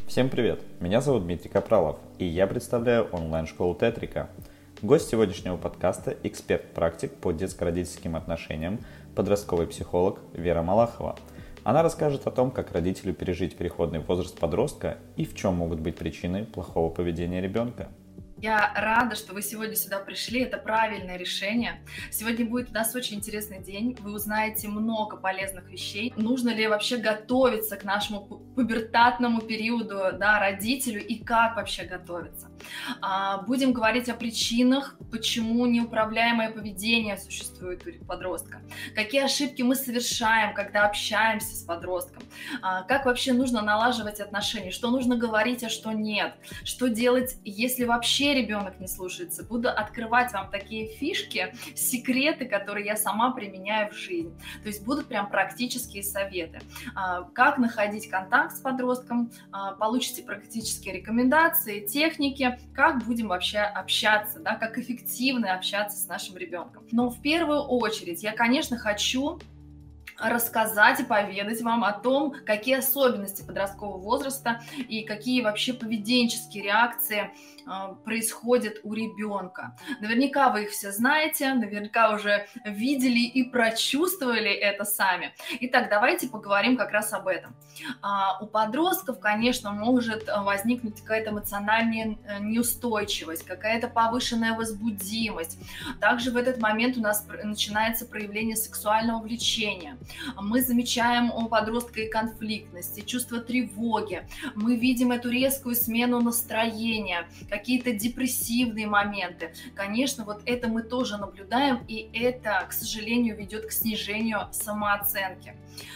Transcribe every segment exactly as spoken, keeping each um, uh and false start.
Всем привет! Меня зовут Дмитрий Капралов, и я представляю онлайн-школу Тетрика. Гость сегодняшнего подкаста – эксперт-практик по детско-родительским отношениям, подростковый психолог Вера Малахова. Она расскажет о том, как родителю пережить переходный возраст подростка и в чем могут быть причины плохого поведения ребенка. Я рада, что вы сегодня сюда пришли. Это правильное решение. Сегодня будет у нас очень интересный день. Вы узнаете много полезных вещей. Нужно ли вообще готовиться к нашему пубертатному периоду, да, родителю, и как вообще готовиться. Будем говорить о причинах, почему неуправляемое поведение существует у подростка. Какие ошибки мы совершаем, когда общаемся с подростком. Как вообще нужно налаживать отношения. Что нужно говорить, а что нет. Что делать, если вообще ребенок не слушается. Буду открывать вам такие фишки, секреты, которые я сама применяю в жизни. То есть будут прям практические советы. Как находить контакт с подростком, получите практические рекомендации, техники, как будем вообще общаться, да, как эффективно общаться с нашим ребенком. Но в первую очередь я, конечно, хочу рассказать и поведать вам о том, какие особенности подросткового возраста и какие вообще поведенческие реакции э, происходят у ребенка. Наверняка вы их все знаете, наверняка уже видели и прочувствовали это сами. Итак, давайте поговорим как раз об этом. А, у подростков, конечно, может возникнуть какая-то эмоциональная неустойчивость, какая-то повышенная возбудимость. Также в этот момент у нас начинается проявление сексуального влечения. Мы замечаем у подростка и конфликтность, и чувство тревоги. Мы видим эту резкую смену настроения, какие-то депрессивные моменты. Конечно, вот это мы тоже наблюдаем, и это, к сожалению, ведет к снижению самооценки.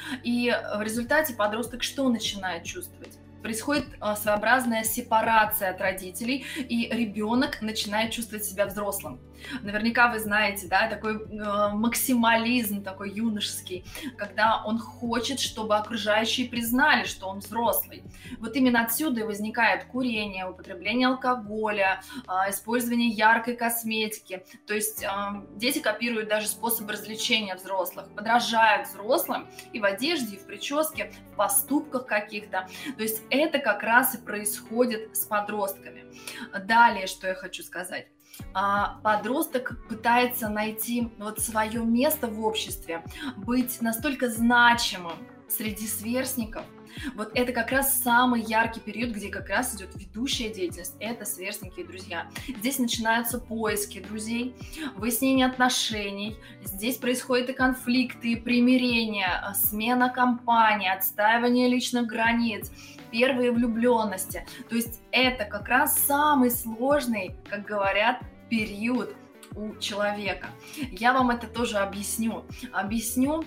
И в результате подросток что начинает чувствовать? Происходит своеобразная сепарация от родителей, и ребенок начинает чувствовать себя взрослым. Наверняка вы знаете, да, такой э, максимализм, такой юношеский, когда он хочет, чтобы окружающие признали, что он взрослый. Вот именно отсюда и возникает курение, употребление алкоголя, э, использование яркой косметики. То есть э, дети копируют даже способы развлечения взрослых, подражают взрослым и в одежде, и в прическе, в поступках каких-то. То есть это как раз и происходит с подростками. Далее, что я хочу сказать. Подросток пытается найти вот свое место в обществе, быть настолько значимым среди сверстников. Вот это как раз самый яркий период, где как раз идет ведущая деятельность. Это сверстники и друзья. Здесь начинаются поиски друзей, выяснение отношений. Здесь происходят и конфликты, и примирения, смена компании, отстаивание личных границ, первые влюбленности. То есть это как раз самый сложный, как говорят, период у человека. Я вам это тоже объясню. Объясню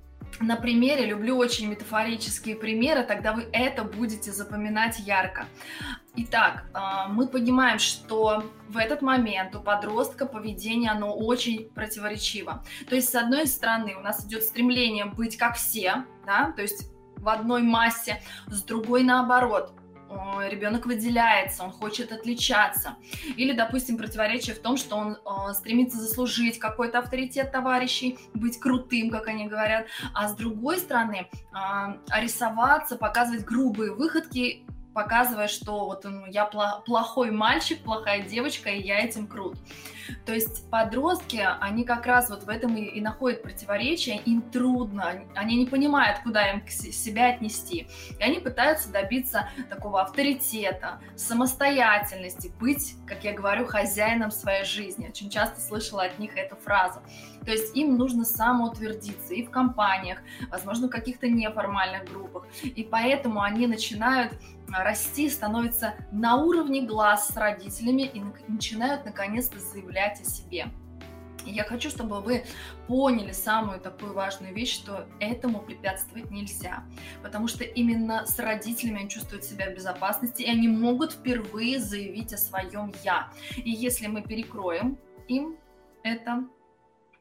на примере, люблю очень метафорические примеры, тогда вы это будете запоминать ярко. Итак, мы понимаем, что в этот момент у подростка поведение, оно очень противоречиво. То есть, с одной стороны, у нас идет стремление быть как все, да, то есть в одной массе, с другой наоборот. Ребенок выделяется, он хочет отличаться. Или, допустим, противоречие в том, что он э, стремится заслужить какой-то авторитет товарищей, быть крутым, как они говорят. А с другой стороны, э, рисоваться, показывать грубые выходки, показывая, что вот ну, я плохой мальчик, плохая девочка, и я этим крут. То есть подростки, они как раз вот в этом и, и находят противоречие, им трудно, они не понимают, куда им себя отнести. И они пытаются добиться такого авторитета, самостоятельности, быть, как я говорю, хозяином своей жизни. Очень часто слышала от них эту фразу. То есть им нужно самоутвердиться и в компаниях, возможно, в каких-то неформальных группах. И поэтому они начинают расти, становятся на уровне глаз с родителями и начинают наконец-то заявлять о себе. И я хочу, чтобы вы поняли самую такую важную вещь, что этому препятствовать нельзя, потому что именно с родителями они чувствуют себя в безопасности, и они могут впервые заявить о своем «я». И если мы перекроем им это,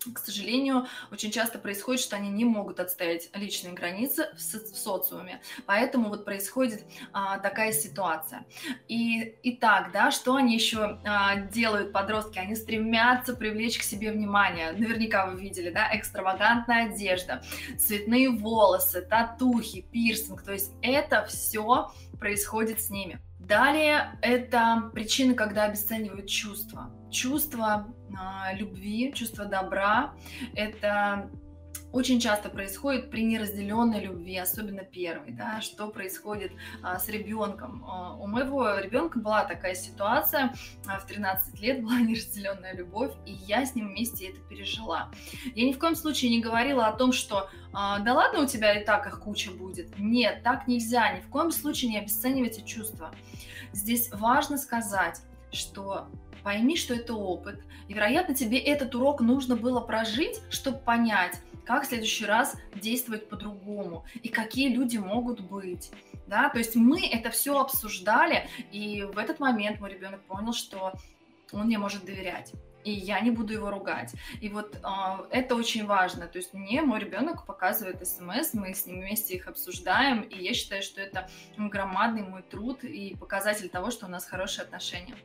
к сожалению, очень часто происходит, что они не могут отстоять личные границы в, со- в социуме. Поэтому вот происходит а, такая ситуация. И, итак, да, что они еще а, делают, подростки? Они стремятся привлечь к себе внимание. Наверняка вы видели, да, экстравагантная одежда, цветные волосы, татухи, пирсинг. То есть это все происходит с ними. Далее это причины, когда обесценивают чувства. Чувство э, любви, чувство добра. Это очень часто происходит при неразделенной любви, особенно первой, да, что происходит а, с ребенком. А, у моего ребенка была такая ситуация, а, в тринадцать лет была неразделенная любовь, и я с ним вместе это пережила. Я ни в коем случае не говорила о том, что а, да ладно, у тебя и так их куча будет. Нет, так нельзя, ни в коем случае не обесценивайте чувства. Здесь важно сказать, что пойми, что это опыт, и, вероятно, тебе этот урок нужно было прожить, чтобы понять, как в следующий раз действовать по-другому и какие люди могут быть. Да? То есть мы это все обсуждали, и в этот момент мой ребенок понял, что он мне может доверять, и я не буду его ругать. И вот э, это очень важно. То есть мне мой ребенок показывает смс, мы с ним вместе их обсуждаем, и я считаю, что это громадный мой труд и показатель того, что у нас хорошие отношения.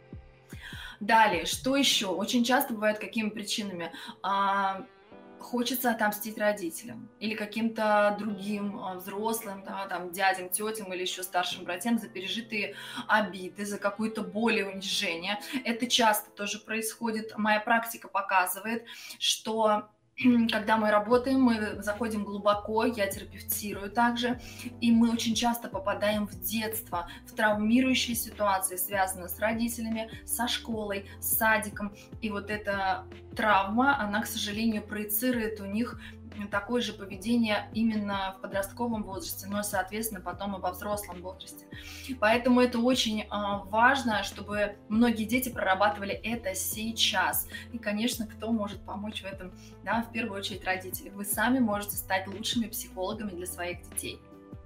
Далее, что еще? Очень часто бывает какими причинами? А, хочется отомстить родителям или каким-то другим а, взрослым, да, там, дядям, тетям или еще старшим братьям за пережитые обиды, за какую-то боль и унижение. Это часто тоже происходит. Моя практика показывает, что когда мы работаем, мы заходим глубоко, я терапевтирую также, и мы очень часто попадаем в детство, в травмирующие ситуации, связанные с родителями, со школой, с садиком. И вот эта травма, она, к сожалению, проецирует у них такое же поведение именно в подростковом возрасте, но, соответственно, потом и во взрослом возрасте. Поэтому это очень э, важно, чтобы многие дети прорабатывали это сейчас. И, конечно, кто может помочь в этом? Да, в первую очередь родители. Вы сами можете стать лучшими психологами для своих детей.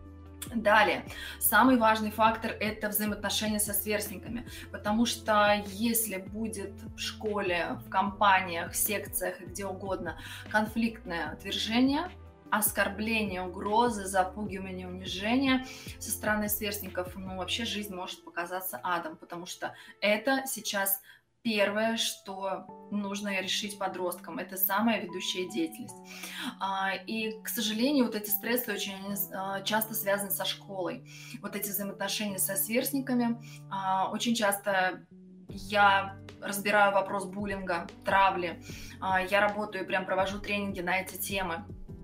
Далее, самый важный фактор – это взаимоотношения со сверстниками, потому что если будет в школе, в компаниях, секциях и где угодно конфликтное отвержение, оскорбление, угрозы, запугивание, унижение со стороны сверстников, ну вообще жизнь может показаться адом, потому что это сейчас первое, что нужно решить подросткам, это самая ведущая деятельность. И, к сожалению, вот эти стрессы очень часто связаны со школой. Вот эти взаимоотношения со сверстниками. Очень часто я разбираю вопрос буллинга, травли. Я работаю, прям провожу тренинги на эти темы.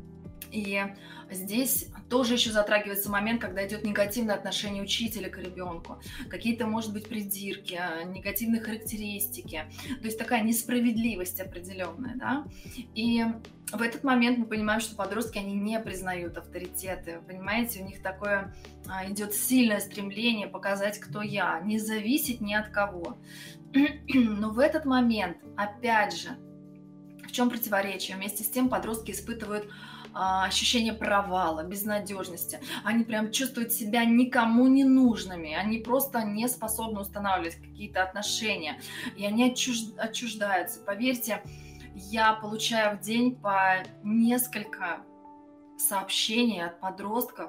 И здесь тоже еще затрагивается момент, когда идет негативное отношение учителя к ребенку, какие-то, может быть, придирки, негативные характеристики, то есть такая несправедливость определенная, да, и в этот момент мы понимаем, что подростки, они не признают авторитеты, понимаете, у них такое а, идет сильное стремление показать, кто я, не зависеть ни от кого, но в этот момент, опять же, в чем противоречие? Вместе с тем подростки испытывают ощущение провала, безнадежности. Они прям чувствуют себя никому не нужными. Они просто не способны устанавливать какие-то отношения. И они отчуж... отчуждаются. Поверьте, я получаю в день по несколько сообщений от подростков.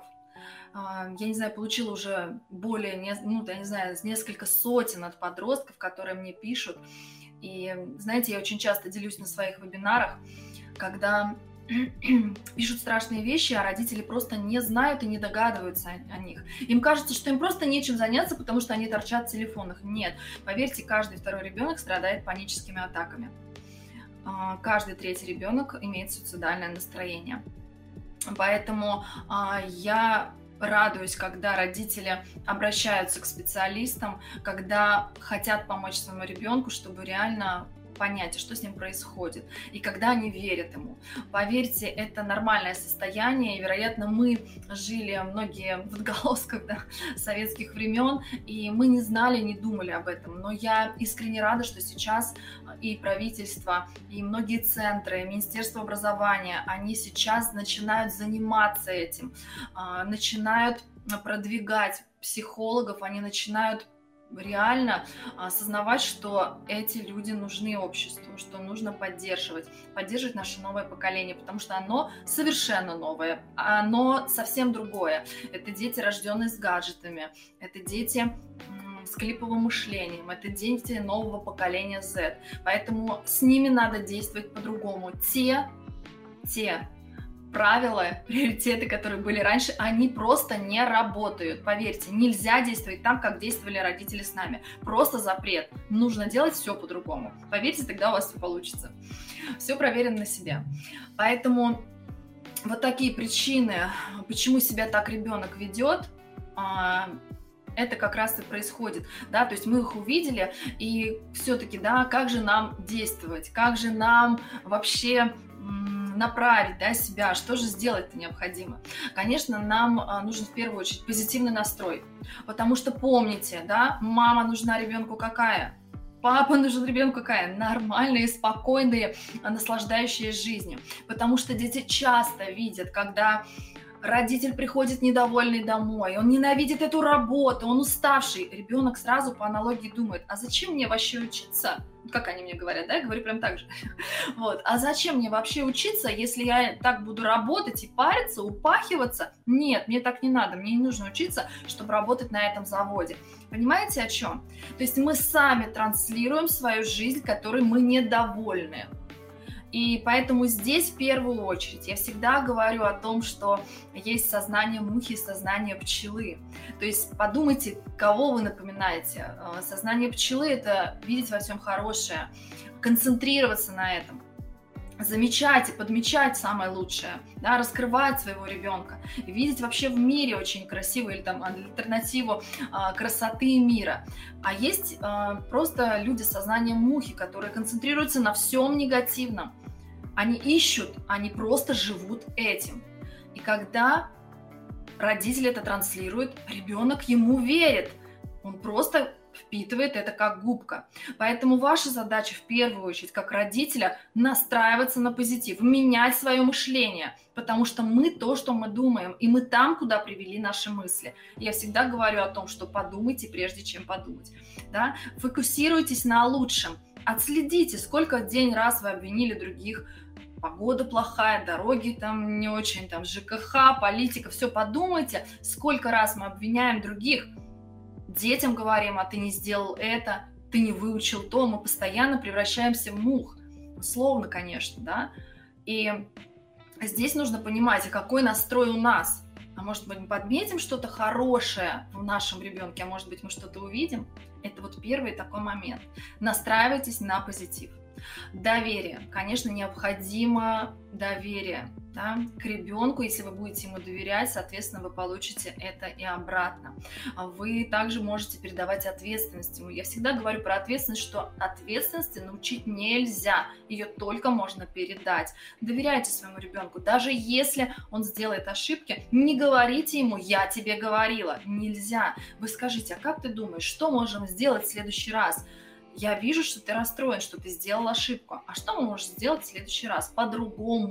Я не знаю, получила уже более, ну, я не знаю, несколько сотен от подростков, которые мне пишут. И, знаете, я очень часто делюсь на своих вебинарах, когда пишут страшные вещи, а родители просто не знают и не догадываются о, о них. Им кажется, что им просто нечем заняться, потому что они торчат в телефонах. Нет, поверьте, каждый второй ребенок страдает паническими атаками. Каждый третий ребенок имеет суицидальное настроение. Поэтому я радуюсь, когда родители обращаются к специалистам, когда хотят помочь своему ребенку, чтобы реально понять, что с ним происходит, и когда они верят ему. Поверьте, это нормальное состояние, и, вероятно, мы жили многие в отголосках, да, советских времен, и мы не знали, не думали об этом, но я искренне рада, что сейчас и правительство, и многие центры, и Министерство образования, они сейчас начинают заниматься этим, начинают продвигать психологов, они начинают реально осознавать, что эти люди нужны обществу, что нужно поддерживать, поддерживать наше новое поколение, потому что оно совершенно новое, оно совсем другое. Это дети, рожденные с гаджетами, это дети с клиповым мышлением, это дети нового поколения Z. Поэтому с ними надо действовать по-другому. Те, те правила, приоритеты, которые были раньше, они просто не работают. Поверьте, нельзя действовать так, как действовали родители с нами. Просто запрет. Нужно делать все по-другому. Поверьте, тогда у вас все получится. Все проверено на себе. Поэтому вот такие причины, почему себя так ребенок ведет, это как раз и происходит, да, то есть мы их увидели, и все-таки, да, как же нам действовать, как же нам вообще направить, да, себя, что же сделать-то необходимо? Конечно, нам нужен в первую очередь позитивный настрой, потому что помните, да, мама нужна ребенку какая? Папа нужен ребенку какая? Нормальные, спокойные, наслаждающие жизнью, потому что дети часто видят, когда родитель приходит недовольный домой, он ненавидит эту работу, он уставший. Ребенок сразу по аналогии думает, а зачем мне вообще учиться? Как они мне говорят, да, я говорю прям так же. Вот. А зачем мне вообще учиться, если я так буду работать и париться, упахиваться? Нет, мне так не надо, мне не нужно учиться, чтобы работать на этом заводе. Понимаете, о чем? То есть мы сами транслируем свою жизнь, которой мы недовольны. И поэтому здесь в первую очередь я всегда говорю о том, что есть сознание мухи и сознание пчелы. То есть подумайте, кого вы напоминаете. Сознание пчелы – это видеть во всем хорошее, концентрироваться на этом, замечать и подмечать самое лучшее, да, раскрывать своего ребенка, видеть вообще в мире очень красивую или там альтернативу а, красоты мира. А есть а, просто люди с сознанием мухи, которые концентрируются на всем негативном. Они ищут, они просто живут этим. И когда родитель это транслирует, ребенок ему верит. Он просто впитывает это как губка. Поэтому ваша задача в первую очередь, как родителя, настраиваться на позитив, менять свое мышление, потому что мы то, что мы думаем, и мы там, куда привели наши мысли. Я всегда говорю о том, что подумайте, прежде чем подумать. Да? Фокусируйтесь на лучшем, отследите, сколько в день раз вы обвинили других. Погода плохая, дороги там не очень, там ЖКХ, политика, все подумайте, сколько раз мы обвиняем других. Детям говорим, а ты не сделал это, ты не выучил то, мы постоянно превращаемся в мух. Условно, конечно, да. И здесь нужно понимать, какой настрой у нас. А может быть, мы подметим что-то хорошее в нашем ребенке, а может быть, мы что-то увидим. Это вот первый такой момент. Настраивайтесь на позитив. Доверие. Конечно, необходимо доверие, да, к ребенку. Если вы будете ему доверять, соответственно, вы получите это и обратно. Вы также можете передавать ответственность ему. Я всегда говорю про ответственность, что ответственности научить нельзя. Ее только можно передать. Доверяйте своему ребенку. Даже если он сделает ошибки, не говорите ему «я тебе говорила». Нельзя. Вы скажите, а как ты думаешь, что можем сделать в следующий раз? Я вижу, что ты расстроен, что ты сделал ошибку. А что мы можем сделать в следующий раз по-другому?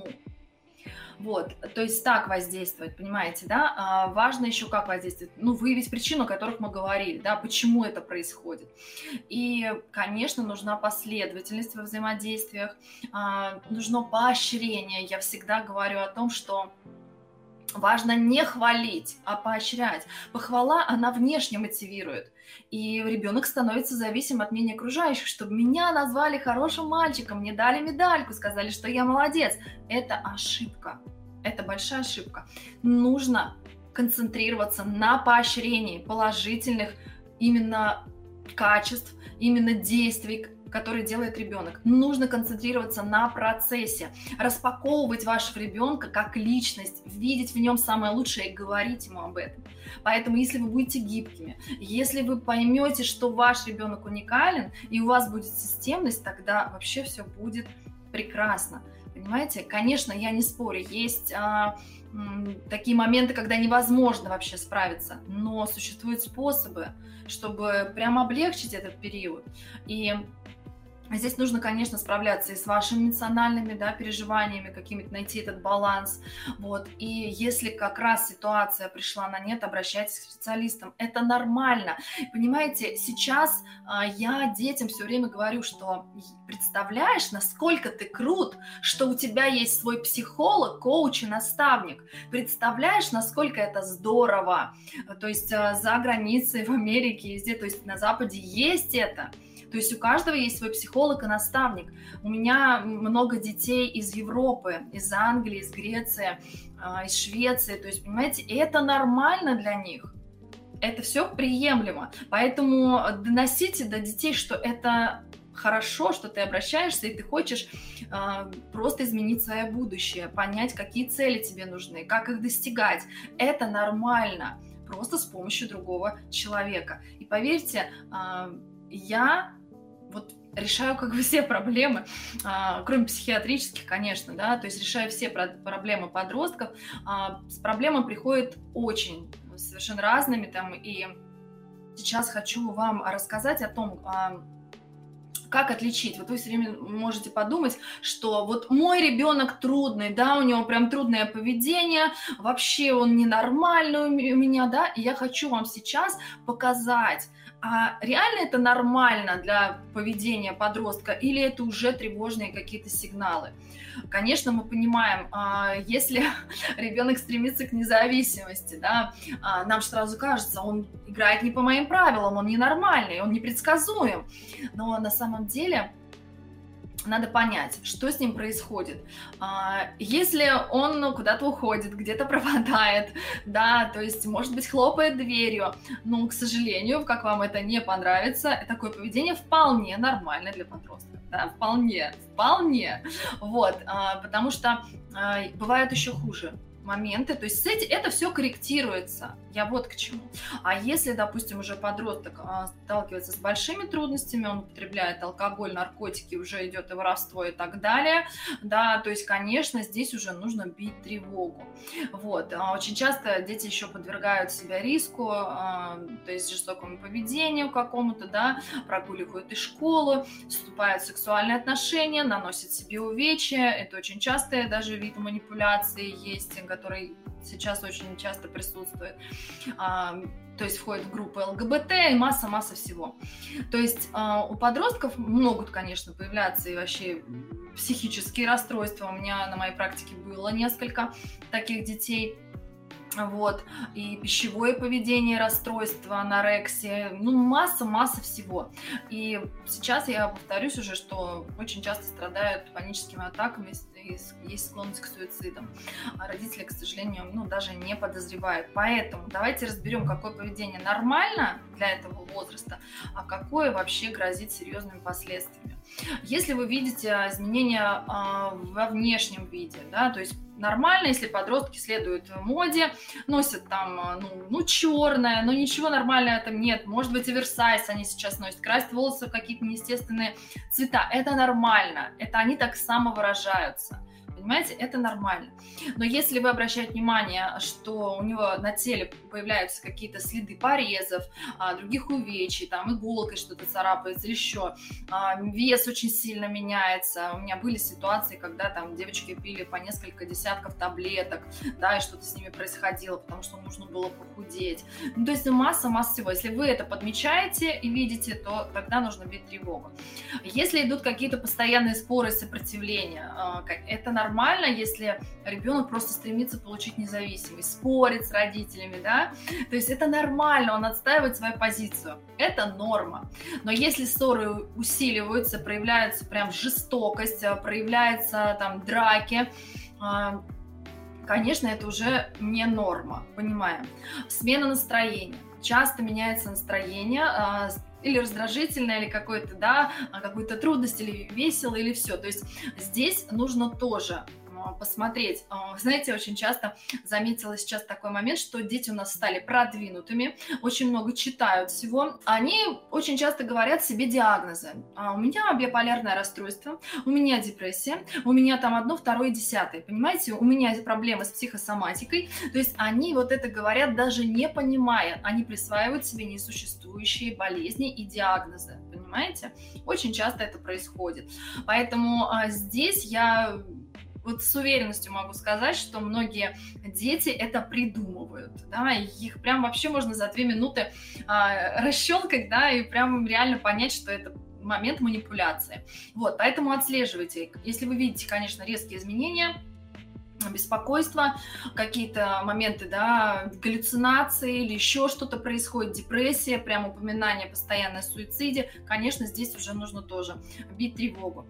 Вот, то есть так воздействовать, понимаете, да? А важно еще как воздействовать. Ну, выявить причину, о которых мы говорили, да, почему это происходит. И, конечно, нужна последовательность во взаимодействиях, а, нужно поощрение. Я всегда говорю о том, что важно не хвалить, а поощрять. Похвала, она внешне мотивирует. И ребенок становится зависим от мнения окружающих, чтобы меня назвали хорошим мальчиком, мне дали медальку, сказали, что я молодец. Это ошибка. Это большая ошибка. Нужно концентрироваться на поощрении положительных именно качеств, именно действий, который делает ребенок. Нужно концентрироваться на процессе, распаковывать вашего ребенка как личность, видеть в нем самое лучшее и говорить ему об этом. Поэтому, если вы будете гибкими, если вы поймете, что ваш ребенок уникален, и у вас будет системность, тогда вообще все будет прекрасно. Понимаете? Конечно, я не спорю, есть а, м, такие моменты, когда невозможно вообще справиться, но существуют способы, чтобы прямо облегчить этот период. И Здесь нужно, конечно, справляться и с вашими эмоциональными, да, переживаниями, какими-то найти этот баланс. Вот. И если как раз ситуация пришла на нет, обращайтесь к специалистам. Это нормально. Понимаете, сейчас а, я детям все время говорю, что представляешь, насколько ты крут, что у тебя есть свой психолог, коуч и наставник. Представляешь, насколько это здорово. То есть а, за границей, в Америке, везде, то есть на Западе есть это. То есть у каждого есть свой психолог и наставник. У меня много детей из Европы, из Англии, из Греции, из Швеции. То есть, понимаете, это нормально для них. Это все приемлемо. Поэтому доносите до детей, что это хорошо, что ты обращаешься, и ты хочешь э, просто изменить свое будущее, понять, какие цели тебе нужны, как их достигать. Это нормально. Просто с помощью другого человека. И поверьте, э, я вот решаю как бы все проблемы, а, кроме психиатрических, конечно, да, то есть решаю все про- проблемы подростков. А, с проблемой приходят очень совершенно разными там, и сейчас хочу вам рассказать о том, а, как отличить? Вот вы все время можете подумать, что вот мой ребенок трудный, да, у него прям трудное поведение, вообще он ненормальный у меня, да, и я хочу вам сейчас показать, а реально это нормально для поведения подростка или это уже тревожные какие-то сигналы? Конечно, мы понимаем, если ребенок стремится к независимости, да, нам сразу кажется, он играет не по моим правилам, он ненормальный, он непредсказуем. Но на самом деле надо понять, что с ним происходит. Если он куда-то уходит, где-то пропадает, да, то есть, может быть, хлопает дверью, но, к сожалению, как вам это не понравится, такое поведение вполне нормально для подростка, да, вполне, вполне, вот, потому что бывает еще хуже моменты, то есть эти, это все корректируется, я вот к чему. А если, допустим, уже подросток а, сталкивается с большими трудностями, он употребляет алкоголь, наркотики, уже идет и воровство и так далее, да, то есть, конечно, здесь уже нужно бить тревогу. Вот, а, очень часто дети еще подвергают себя риску, а, то есть жестокому поведению какому-то, да, прогуливают из школы, вступают в сексуальные отношения, наносят себе увечья, это очень часто даже вид манипуляции есть, который сейчас очень часто присутствует, а, то есть входит в группу ЛГБТ и масса-масса всего. То есть а, у подростков могут, конечно, появляться и вообще психические расстройства. У меня на моей практике было несколько таких детей. Вот, и пищевое поведение, расстройство, анорексия, ну, масса-масса всего. И сейчас я повторюсь уже, что очень часто страдают паническими атаками и есть склонность к суицидам. А родители, к сожалению, ну, даже не подозревают. Поэтому давайте разберем, какое поведение нормально для этого возраста, а какое вообще грозит серьезными последствиями. Если вы видите изменения а, во внешнем виде, да, то есть нормально, если подростки следуют моде, носят там, ну, ну черное, но ничего нормального там нет. Может быть, оверсайз они сейчас носят, красят волосы в какие-то неестественные цвета. Это нормально, это они так самовыражаются. Понимаете, это нормально. Но если вы обращаете внимание, что у него на теле появляются какие-то следы порезов, других увечий, там иголкой что-то царапается или еще, вес очень сильно меняется. У меня были ситуации, когда там девочки пили по несколько десятков таблеток, да, и что-то с ними происходило, потому что нужно было похудеть. Ну, то есть масса-масса всего. Если вы это подмечаете и видите, то тогда нужно бить тревогу. Если идут какие-то постоянные споры и сопротивления, это нормально. Нормально, если ребенок просто стремится получить независимость, спорит с родителями, да, то есть это нормально, он отстаивает свою позицию, это норма. Но если ссоры усиливаются, проявляется прям жестокость, проявляются там драки, конечно, это уже не норма, понимаем. Смена настроения. Часто меняется настроение, или раздражительное, или какое-то, да, какую-то трудность, или весело, или все. То есть здесь нужно тоже посмотреть. Знаете, очень часто заметила сейчас такой момент, что дети у нас стали продвинутыми, очень много читают всего. Они очень часто говорят себе диагнозы. У меня биполярное расстройство, у меня депрессия, у меня там одно, второе, десятое. Понимаете, у меня проблемы с психосоматикой. То есть они вот это говорят даже не понимая. Они присваивают себе несуществующие болезни и диагнозы. Понимаете? Очень часто это происходит. Поэтому а, здесь я вот с уверенностью могу сказать, что многие дети это придумывают, да, и их прям вообще можно за две минуты а, расщелкать, да, и прям реально понять, что это момент манипуляции. Вот, поэтому отслеживайте. Если вы видите, конечно, резкие изменения, беспокойство, какие-то моменты, да, галлюцинации или еще что-то происходит, депрессия, прям упоминание постоянно о суициде, конечно, здесь уже нужно тоже бить тревогу.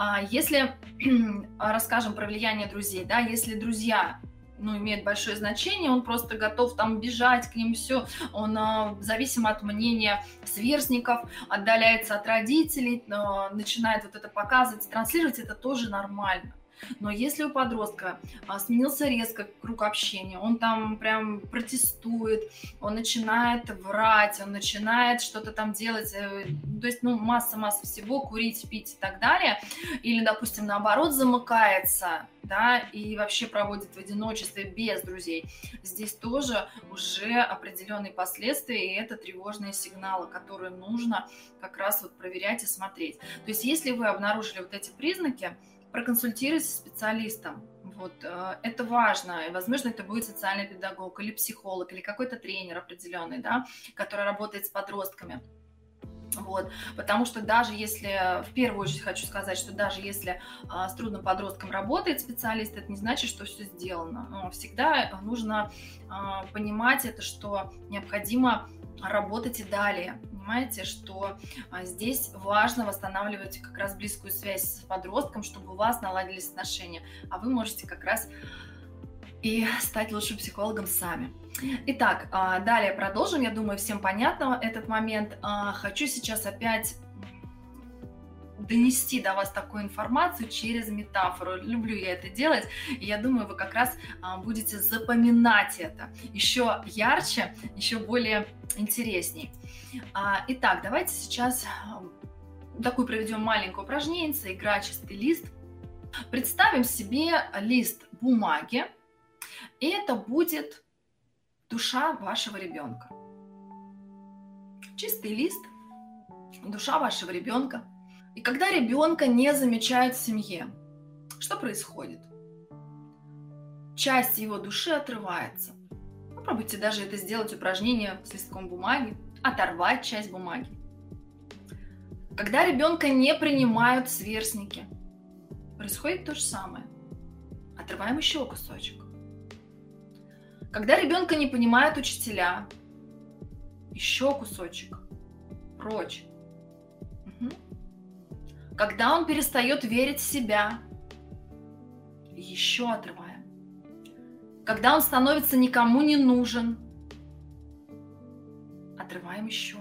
Если расскажем про влияние друзей, да, если друзья, ну, имеет большое значение, он просто готов там бежать к ним, все, он э, зависим от мнения сверстников, отдаляется от родителей, э, начинает вот это показывать, транслировать, это тоже нормально. Но если у подростка а, сменился резко круг общения, он там прям протестует, он начинает врать, он начинает что-то там делать, э, то есть, ну, масса-масса всего, курить, пить и так далее, или, допустим, наоборот, замыкается, да, и вообще проводит в одиночестве без друзей, здесь тоже уже определенные последствия, и это тревожные сигналы, которые нужно как раз вот проверять и смотреть. То есть, если вы обнаружили вот эти признаки, проконсультируйтесь с специалистом. Вот, э, это важно. И, возможно, это будет социальный педагог или психолог, или какой-то тренер определенный, да, который работает с подростками. Вот, потому что даже если, в первую очередь хочу сказать, что даже если а, с трудным подростком работает специалист, это не значит, что все сделано. Но всегда нужно а, понимать это, что необходимо работать и далее. Понимаете, что а, здесь важно восстанавливать как раз близкую связь с подростком, чтобы у вас наладились отношения, а вы можете как раз и стать лучшим психологом сами. Итак, далее продолжим. Я думаю, всем понятно этот момент. Хочу сейчас опять донести до вас такую информацию через метафору. Люблю я это делать, и я думаю, вы как раз будете запоминать это еще ярче, еще более интересней. Итак, давайте сейчас такую проведем маленькое упражнение, игра «Чистый лист». Представим себе лист бумаги, и это будет душа вашего ребенка. Чистый лист, душа вашего ребенка. И когда ребенка не замечают в семье, что происходит? Часть его души отрывается. Попробуйте даже это сделать упражнение с листком бумаги, оторвать часть бумаги. Когда ребенка не принимают сверстники, происходит то же самое. Отрываем еще кусочек. Когда ребенка не понимают учителя, еще кусочек. Прочь. Угу. Когда он перестает верить в себя, еще отрываем. Когда он становится никому не нужен, отрываем еще.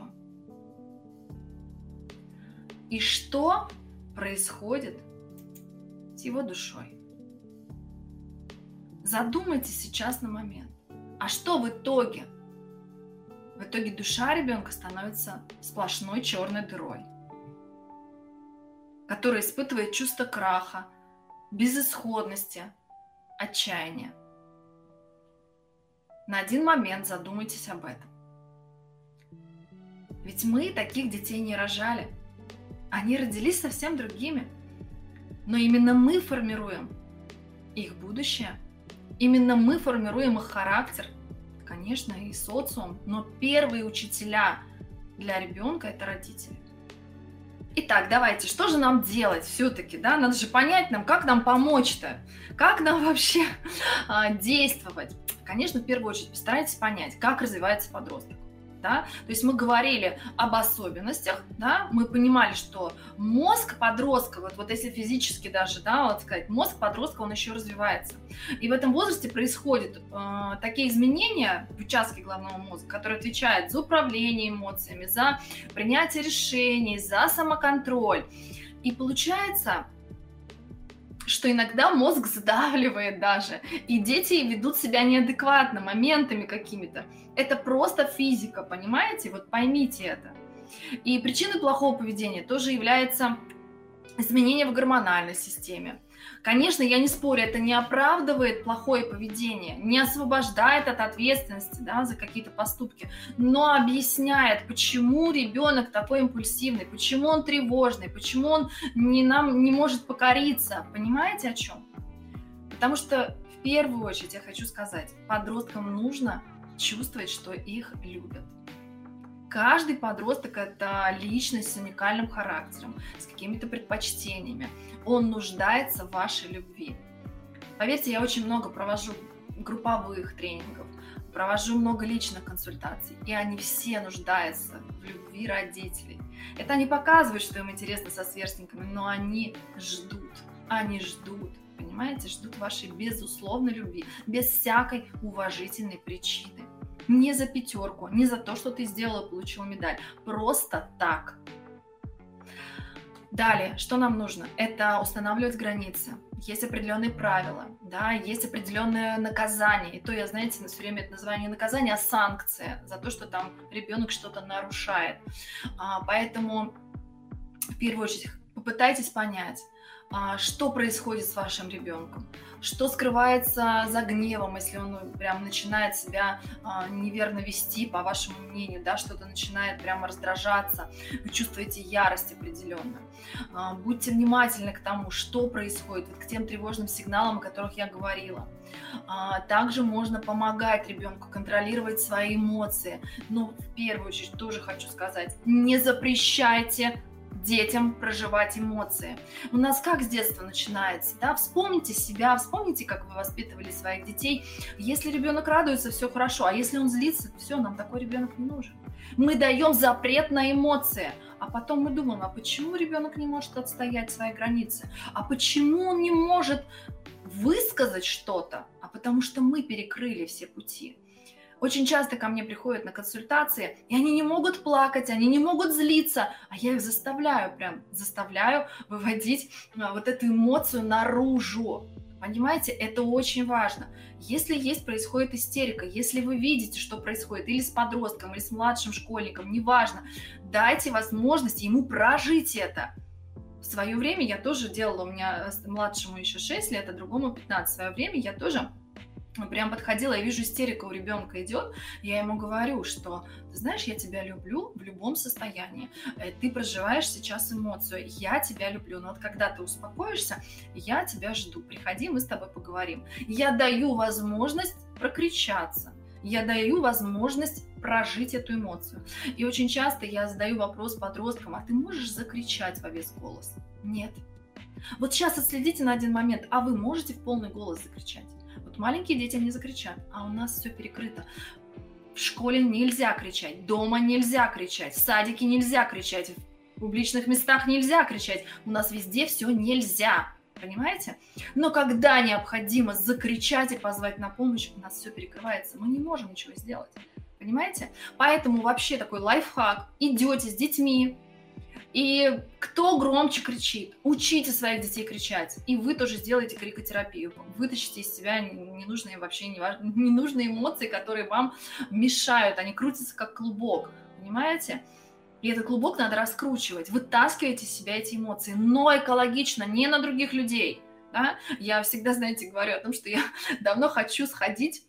И что происходит с его душой? Задумайтесь сейчас на момент. А что в итоге? В итоге душа ребенка становится сплошной черной дырой, которая испытывает чувство краха, безысходности, отчаяния. На один момент задумайтесь об этом. Ведь мы таких детей не рожали. Они родились совсем другими. Но именно мы формируем их будущее. Именно мы формируем их характер. Конечно, и социум. Но первые учителя для ребенка – это родители. Итак, давайте, что же нам делать все-таки, да? Надо же понять нам, как нам помочь-то, как нам вообще а, действовать. Конечно, в первую очередь постарайтесь понять, как развивается подросток. Да? То есть мы говорили об особенностях, да? Мы понимали, что мозг подростка, вот, вот если физически даже, да, вот сказать, мозг подростка, он еще развивается. И в этом возрасте происходят э, такие изменения в участке головного мозга, которые отвечают за управление эмоциями, за принятие решений, за самоконтроль. И получается, что иногда мозг сдавливает даже, и дети ведут себя неадекватно, моментами какими-то. Это просто физика, понимаете? Вот поймите это. И причиной плохого поведения тоже является изменение в гормональной системе. Конечно, я не спорю, это не оправдывает плохое поведение, не освобождает от ответственности, да, за какие-то поступки, но объясняет, почему ребенок такой импульсивный, почему он тревожный, почему он не, нам, не может покориться. Понимаете, о чем? Потому что в первую очередь я хочу сказать, подросткам нужно чувствовать, что их любят. Каждый подросток – это личность с уникальным характером, с какими-то предпочтениями. Он нуждается в вашей любви. Поверьте, я очень много провожу групповых тренингов, провожу много личных консультаций, и они все нуждаются в любви родителей. Это не показывает, что им интересно со сверстниками, но они ждут, они ждут, понимаете, ждут вашей безусловной любви, без всякой уважительной причины. Не за пятерку, не за то, что ты сделала, получила медаль. Просто так. Далее, что нам нужно? Это устанавливать границы. Есть определенные правила, да, есть определенное наказание. И то я, знаете, все время это называю не наказание, а санкция за то, что там ребенок что-то нарушает. А, поэтому в первую очередь попытайтесь понять, что происходит с вашим ребенком, что скрывается за гневом, если он прям начинает себя а, неверно вести, по вашему мнению, да, что-то начинает прямо раздражаться, вы чувствуете ярость определенную. А, будьте внимательны к тому, что происходит, вот к тем тревожным сигналам, о которых я говорила. А, также можно помогать ребенку контролировать свои эмоции, но в первую очередь тоже хочу сказать, не запрещайте детям проживать эмоции. У нас как с детства начинается, да? Вспомните себя, вспомните, как вы воспитывали своих детей. Если ребенок радуется, все хорошо, а если он злится, все, нам такой ребенок не нужен. Мы даем запрет на эмоции, а потом мы думаем, а почему ребенок не может отстоять свои границы? А почему он не может высказать что-то? А потому что мы перекрыли все пути. Очень часто ко мне приходят на консультации, и они не могут плакать, они не могут злиться, а я их заставляю, прям заставляю выводить вот эту эмоцию наружу. Понимаете, это очень важно. Если есть, происходит истерика, если вы видите, что происходит или с подростком, или с младшим школьником, неважно, дайте возможность ему прожить это. В свое время я тоже делала, у меня младшему еще шесть лет, а другому пятнадцать. В свое время я тоже прям подходила, я вижу, истерика у ребенка идет, я ему говорю, что, ты знаешь, я тебя люблю в любом состоянии, ты проживаешь сейчас эмоцию, я тебя люблю, но вот когда ты успокоишься, я тебя жду, приходи, мы с тобой поговорим. Я даю возможность прокричаться, я даю возможность прожить эту эмоцию. И очень часто я задаю вопрос подросткам, а ты можешь закричать во весь голос? Нет. Вот сейчас отследите на один момент, а вы можете в полный голос закричать? Вот маленькие дети не закричат, а у нас все перекрыто. В школе нельзя кричать, дома нельзя кричать, в садике нельзя кричать, в публичных местах нельзя кричать. У нас везде все нельзя, понимаете? Но когда необходимо закричать и позвать на помощь, у нас все перекрывается, мы не можем ничего сделать, понимаете? Поэтому вообще такой лайфхак. Идете с детьми, и кто громче кричит, учите своих детей кричать. И вы тоже сделаете крикотерапию. Вытащите из себя ненужные, вообще ненужные эмоции, которые вам мешают. Они крутятся как клубок, понимаете? И этот клубок надо раскручивать. Вытаскивайте из себя эти эмоции, но экологично, не на других людей. Да? Я всегда, знаете, говорю о том, что я давно хочу сходить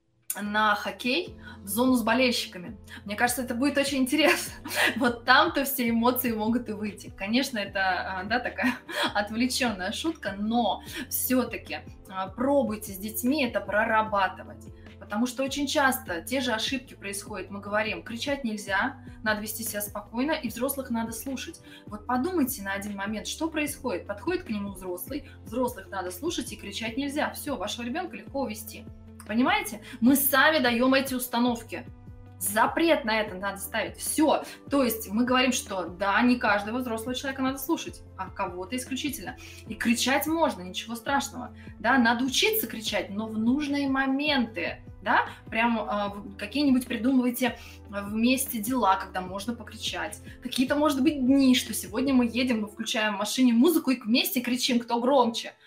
на хоккей в зону с болельщиками. Мне кажется, это будет очень интересно. Вот там-то все эмоции могут и выйти. Конечно, это, да, такая отвлеченная шутка, но все-таки пробуйте с детьми это прорабатывать. Потому что очень часто те же ошибки происходят. Мы говорим, кричать нельзя, надо вести себя спокойно, и взрослых надо слушать. Вот подумайте на один момент, что происходит. Подходит к нему взрослый, взрослых надо слушать, и кричать нельзя. Все, вашего ребенка легко увести. Понимаете? Мы сами даем эти установки. Запрет на это надо ставить. Все. То есть мы говорим, что да, не каждого взрослого человека надо слушать, а кого-то исключительно. И кричать можно, ничего страшного. Да, надо учиться кричать, но в нужные моменты. Да, прям э, какие-нибудь придумывайте вместе дела, когда можно покричать. Какие-то, может быть, дни, что сегодня мы едем, мы включаем в машине музыку и вместе кричим, кто громче.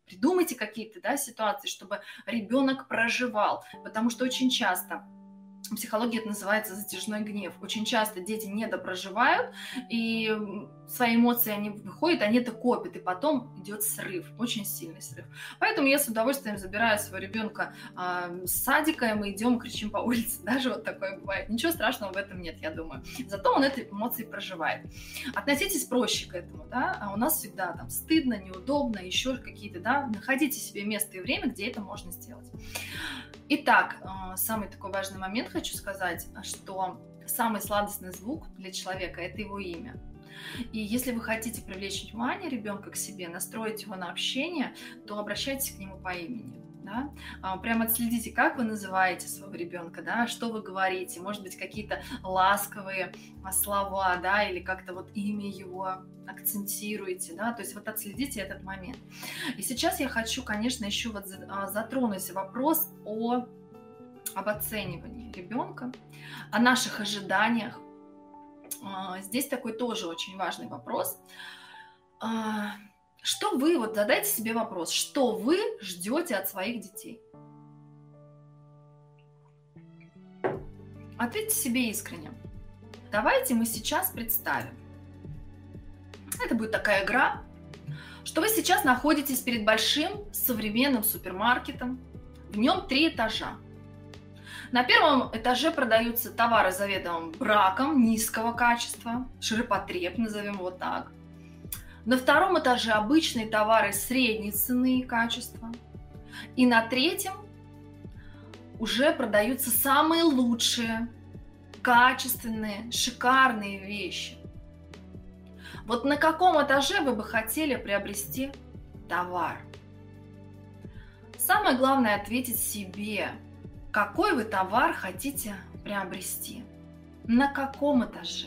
Придумайте какие-то, да, ситуации, чтобы ребенок проживал, потому что очень часто в психологии это называется затяжной гнев. Очень часто дети недопроживают, и свои эмоции они выходят, они это копят, и потом идет срыв, очень сильный срыв. Поэтому я с удовольствием забираю своего ребенка э, с садика, и мы идем, кричим по улице. Даже вот такое бывает. Ничего страшного в этом нет, я думаю. Зато он эти эмоции проживает. Относитесь проще к этому, да, а у нас всегда там стыдно, неудобно, еще какие-то, да, находите себе место и время, где это можно сделать. Итак, самый такой важный момент хочу сказать, что самый сладостный звук для человека – это его имя. И если вы хотите привлечь внимание ребенка к себе, настроить его на общение, то обращайтесь к нему по имени. Да? Прямо отследите, как вы называете своего ребенка, да? Что вы говорите, может быть, какие-то ласковые слова, да? Или как-то вот имя его акцентируете, да? То есть вот отследите этот момент. И сейчас я хочу, конечно, еще вот затронуть вопрос о, об оценивании ребенка, о наших ожиданиях. Здесь такой тоже очень важный вопрос. Что вы, вот задайте себе вопрос, что вы ждете от своих детей? Ответьте себе искренне. Давайте мы сейчас представим. Это будет такая игра, что вы сейчас находитесь перед большим современным супермаркетом. В нем три этажа. На первом этаже продаются товары с заведомым браком низкого качества, ширпотреб, назовем его так. На втором этаже обычные товары средней цены и качества. И на третьем уже продаются самые лучшие, качественные, шикарные вещи. Вот на каком этаже вы бы хотели приобрести товар? Самое главное ответить себе, какой вы товар хотите приобрести, на каком этаже.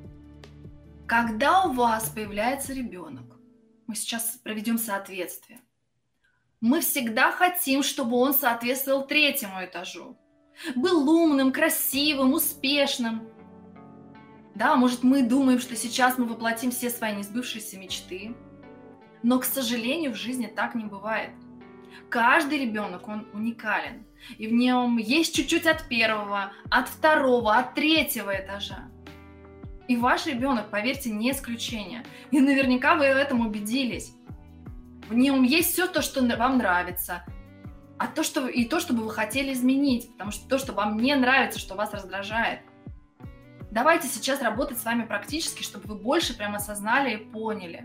Когда у вас появляется ребенок, мы сейчас проведем соответствие. Мы всегда хотим, чтобы он соответствовал третьему этажу. Был умным, красивым, успешным. Да, может, мы думаем, что сейчас мы воплотим все свои несбывшиеся мечты. Но, к сожалению, в жизни так не бывает. Каждый ребенок, он уникален. И в нем есть чуть-чуть от первого, от второго, от третьего этажа. И ваш ребенок, поверьте, не исключение. И наверняка вы в этом убедились. В нем есть все то, что вам нравится, а то, что, и то, что бы вы хотели изменить, потому что то, что вам не нравится, что вас раздражает. Давайте сейчас работать с вами практически, чтобы вы больше прям осознали и поняли.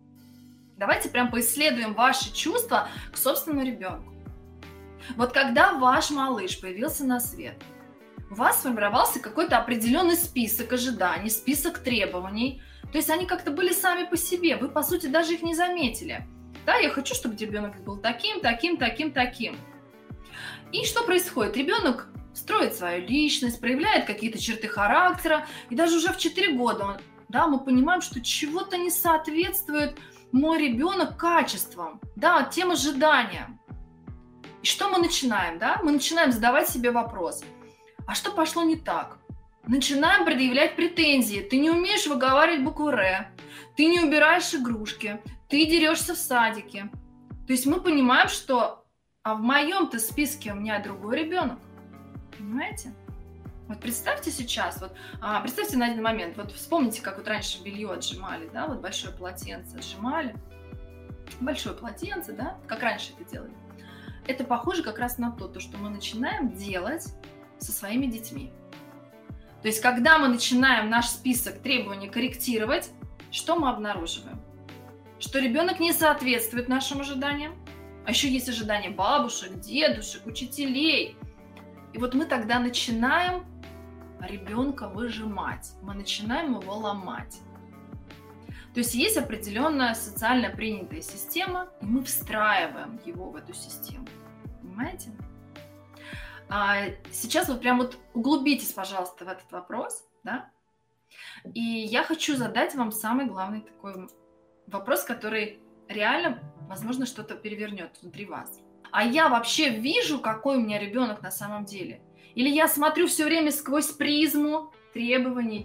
Давайте прям поисследуем ваши чувства к собственному ребенку. Вот когда ваш малыш появился на свет, у вас сформировался какой-то определенный список ожиданий, список требований. То есть они как-то были сами по себе. Вы, по сути, даже их не заметили. Да, я хочу, чтобы ребенок был таким, таким, таким, таким. И что происходит? Ребенок строит свою личность, проявляет какие-то черты характера. И даже уже в четыре года он, да, мы понимаем, что чего-то не соответствует мой ребенок качествам, да, тем ожиданиям. И что мы начинаем? Да? Мы начинаем задавать себе вопрос. А что пошло не так? Начинаем предъявлять претензии. Ты не умеешь выговаривать букву «Р», ты не убираешь игрушки, ты дерешься в садике. То есть мы понимаем, что а в моем-то списке у меня другой ребенок. Понимаете? Вот представьте сейчас, вот а, представьте на один момент, вот вспомните, как вот раньше белье отжимали, да, вот большое полотенце отжимали. Большое полотенце, да, как раньше это делали. Это похоже как раз на то, то, что мы начинаем делать со своими детьми. То есть, когда мы начинаем наш список требований корректировать, что мы обнаруживаем? Что ребенок не соответствует нашим ожиданиям, а еще есть ожидания бабушек, дедушек, учителей. И вот мы тогда начинаем ребенка выжимать, мы начинаем его ломать. То есть есть определенная социально принятая система, и мы встраиваем его в эту систему. Понимаете? А сейчас вот прям вот углубитесь, пожалуйста, в этот вопрос, да? И я хочу задать вам самый главный такой вопрос, который реально, возможно, что-то перевернет внутри вас. А я вообще вижу, какой у меня ребенок на самом деле? Или я смотрю все время сквозь призму требований,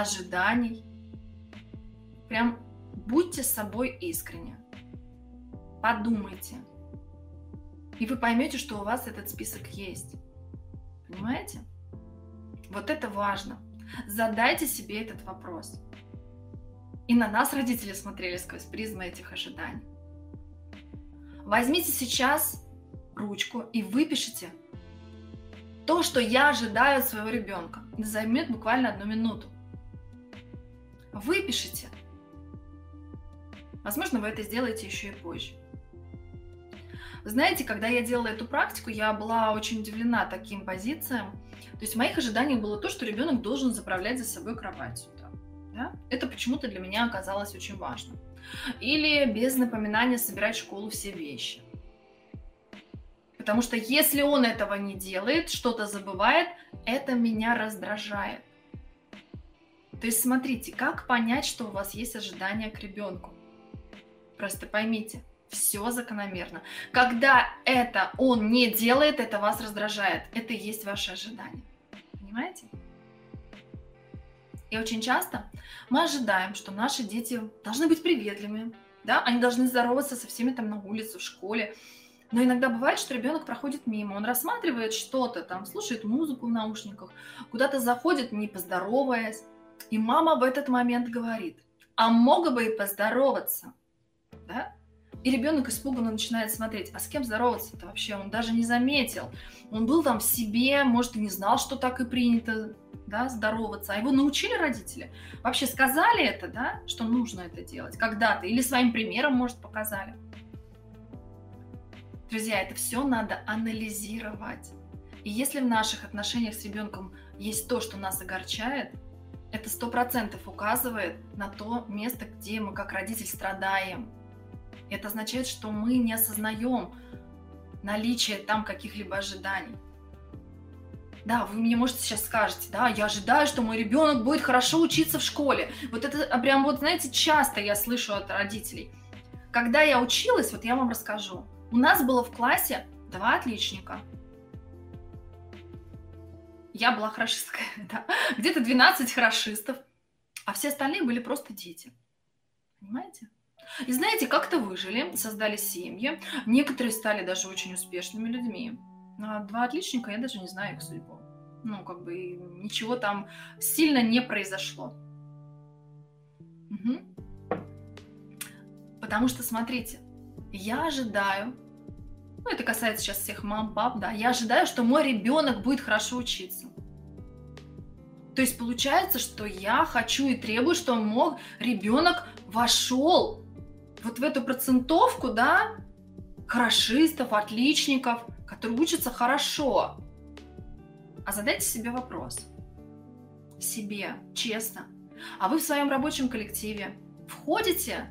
ожиданий? Прям будьте с собой искренне. подумайте. И вы поймете, что у вас этот список есть. Понимаете? Вот это важно. Задайте себе этот вопрос. И на нас родители смотрели сквозь призму этих ожиданий. Возьмите сейчас ручку и выпишите то, что я ожидаю от своего ребенка. Это займет буквально одну минуту. Выпишите. Возможно, вы это сделаете еще и позже. Вы знаете, когда я делала эту практику, я была очень удивлена таким позициям. То есть в моих ожиданиях было то, что ребенок должен заправлять за собой кроватью. Да? Это почему-то для меня оказалось очень важно. Или без напоминания собирать в школу все вещи. Потому что если он этого не делает, что-то забывает, это меня раздражает. То есть смотрите, как понять, что у вас есть ожидания к ребенку? Просто поймите, все закономерно. Когда это он не делает, это вас раздражает. Это и есть ваши ожидания. Понимаете? И очень часто мы ожидаем, что наши дети должны быть приветливыми, да? Они должны здороваться со всеми там на улице, в школе. Но иногда бывает, что ребенок проходит мимо, он рассматривает что-то, там, слушает музыку в наушниках, куда-то заходит, не поздороваясь. И мама в этот момент говорит: а мог бы и поздороваться, да? И ребенок испуганно начинает смотреть, а с кем здороваться-то вообще? Он даже не заметил. Он был там в себе, может, и не знал, что так и принято, да, здороваться. А его научили родители? Вообще сказали это, да, что нужно это делать когда-то? Или своим примером, может, показали? Друзья, это все надо анализировать. И если в наших отношениях с ребенком есть то, что нас огорчает, это сто процентов указывает на то место, где мы как родитель страдаем. Это означает, что мы не осознаем наличие там каких-либо ожиданий. Да, вы мне, может, сейчас скажете, да, я ожидаю, что мой ребенок будет хорошо учиться в школе. Вот это прям, вот знаете, часто я слышу от родителей. Когда я училась, вот я вам расскажу, у нас было в классе два отличника. Я была хорошистка, да. Где-то двенадцать хорошистов, а все остальные были просто дети. Понимаете? И знаете, как-то выжили, создали семьи. Некоторые стали даже очень успешными людьми. А два отличника, я даже не знаю их судьбу. Ну, как бы ничего там сильно не произошло. Угу. Потому что, смотрите, я ожидаю, ну, это касается сейчас всех мам, пап, да, я ожидаю, что мой ребенок будет хорошо учиться. То есть получается, что я хочу и требую, что мог ребенок вошел вот в эту процентовку, да, хорошистов, отличников, которые учатся хорошо. А задайте себе вопрос. Себе, честно. А вы в своем рабочем коллективе входите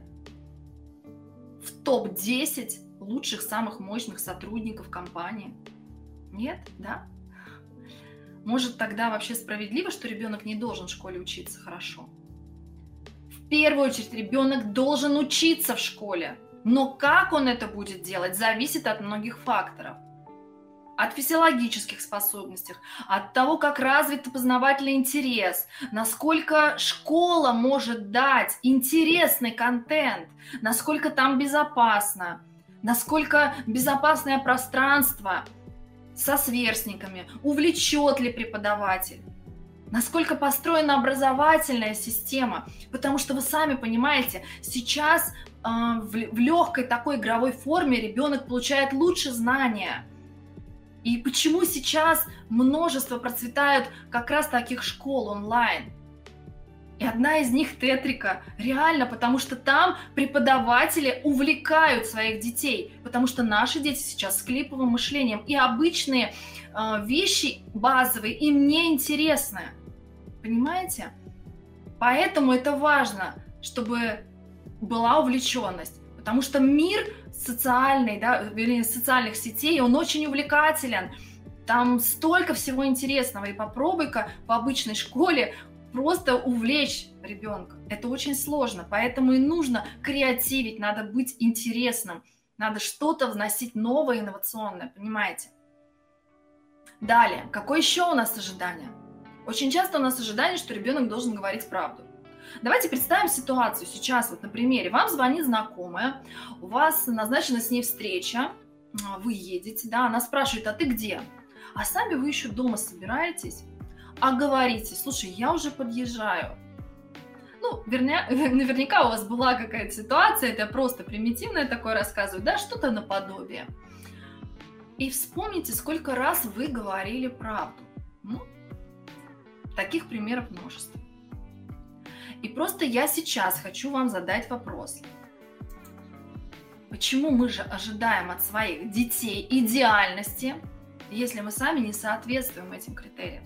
в топ десять лучших, самых мощных сотрудников компании? Нет? Да? Может, тогда вообще справедливо, что ребенок не должен в школе учиться хорошо? В первую очередь, ребенок должен учиться в школе. Но как он это будет делать, зависит от многих факторов. От физиологических способностей, от того, как развит познавательный интерес, насколько школа может дать интересный контент, насколько там безопасно, насколько безопасное пространство со сверстниками, увлечет ли преподаватель, насколько построена образовательная система. Потому что вы сами понимаете, сейчас э, в, в легкой такой игровой форме ребенок получает лучше знания. И почему сейчас множество процветают как раз таких школ онлайн? И одна из них Тетрика. Реально, потому что там преподаватели увлекают своих детей. Потому что наши дети сейчас с клиповым мышлением. И обычные э, вещи базовые им не интересны. Понимаете? Поэтому это важно, чтобы была увлеченность. Потому что мир социальный, да, вернее, социальных сетей, он очень увлекателен. Там столько всего интересного. И попробуй-ка в обычной школе просто увлечь ребенка. Это очень сложно. Поэтому и нужно креативить, надо быть интересным. Надо что-то вносить новое, инновационное, понимаете? Далее, какое еще у нас ожидание? Очень часто у нас ожидание, что ребенок должен говорить правду. Давайте представим ситуацию сейчас, вот на примере. Вам звонит знакомая, у вас назначена с ней встреча, вы едете, да, она спрашивает, а ты где? А сами вы еще дома собираетесь, а говорите, слушай, я уже подъезжаю. Ну, верня... наверняка у вас была какая-то ситуация, это просто примитивное такое рассказываю, да, что-то наподобие. И вспомните, сколько раз вы говорили правду. Ну, таких примеров множество. И просто я сейчас хочу вам задать вопрос. Почему мы же ожидаем от своих детей идеальности, если мы сами не соответствуем этим критериям?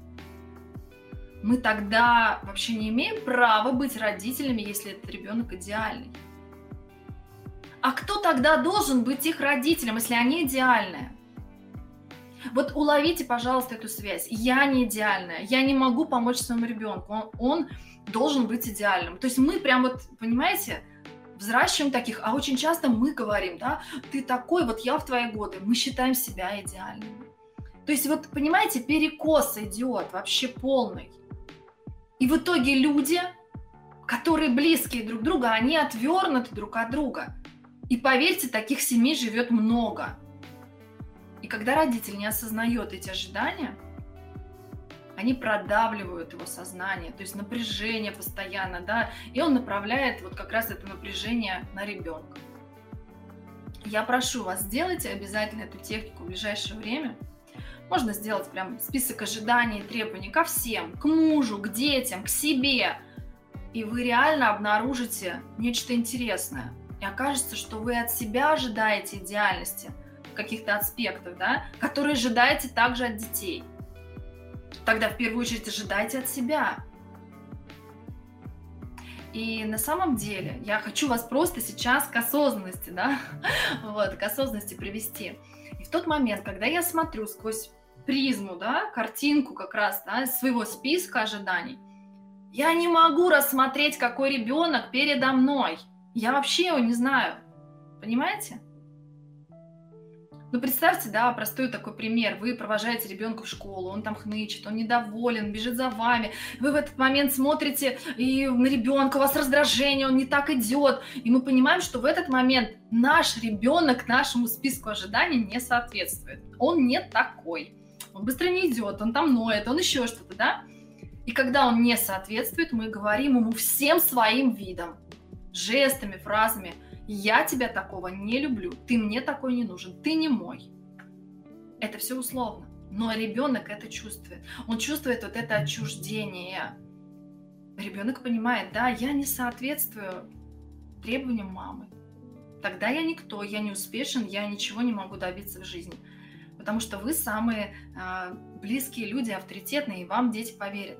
Мы тогда вообще не имеем права быть родителями, если этот ребенок идеальный. А кто тогда должен быть их родителем, если они идеальные? Вот уловите, пожалуйста, эту связь. Я не идеальная, я не могу помочь своему ребенку, он, он должен быть идеальным. То есть мы прям вот, понимаете, взращиваем таких, а очень часто мы говорим, да, ты такой, вот я в твои годы, мы считаем себя идеальными. То есть вот, понимаете, перекос идет вообще полный. И в итоге люди, которые близкие друг друга, они отвернуты друг от друга. И поверьте, таких семей живет много. И когда родитель не осознает эти ожидания, они продавливают его сознание, то есть напряжение постоянно, да, и он направляет вот как раз это напряжение на ребенка. Я прошу вас, сделайте обязательно эту технику в ближайшее время. Можно сделать прям список ожиданий и требований ко всем, к мужу, к детям, к себе. И вы реально обнаружите нечто интересное. И окажется, что вы от себя ожидаете идеальности, каких-то аспектов, да, которые ожидаете также от детей. Тогда в первую очередь ожидайте от себя. И на самом деле я хочу вас просто сейчас к осознанности, да, вот, к осознанности привести. И в тот момент, когда я смотрю сквозь призму, да, картинку как раз, да, своего списка ожиданий, я не могу рассмотреть, какой ребенок передо мной. Я вообще его не знаю. Понимаете? Ну, представьте, да, простой такой пример. Вы провожаете ребенка в школу, он там хнычет, он недоволен, бежит за вами. Вы в этот момент смотрите и на ребенка, у вас раздражение, он не так идет. И мы понимаем, что в этот момент наш ребенок нашему списку ожиданий не соответствует. Он не такой. Он быстро не идет, он там ноет, он еще что-то, да? И когда он не соответствует, мы говорим ему всем своим видом, жестами, фразами: я тебя такого не люблю, ты мне такой не нужен, ты не мой. Это все условно, но ребенок это чувствует. Он чувствует вот это отчуждение. Ребенок понимает, да, я не соответствую требованиям мамы. Тогда я никто, я не успешен, я ничего не могу добиться в жизни. Потому что вы самые э, близкие люди, авторитетные, и вам дети поверят.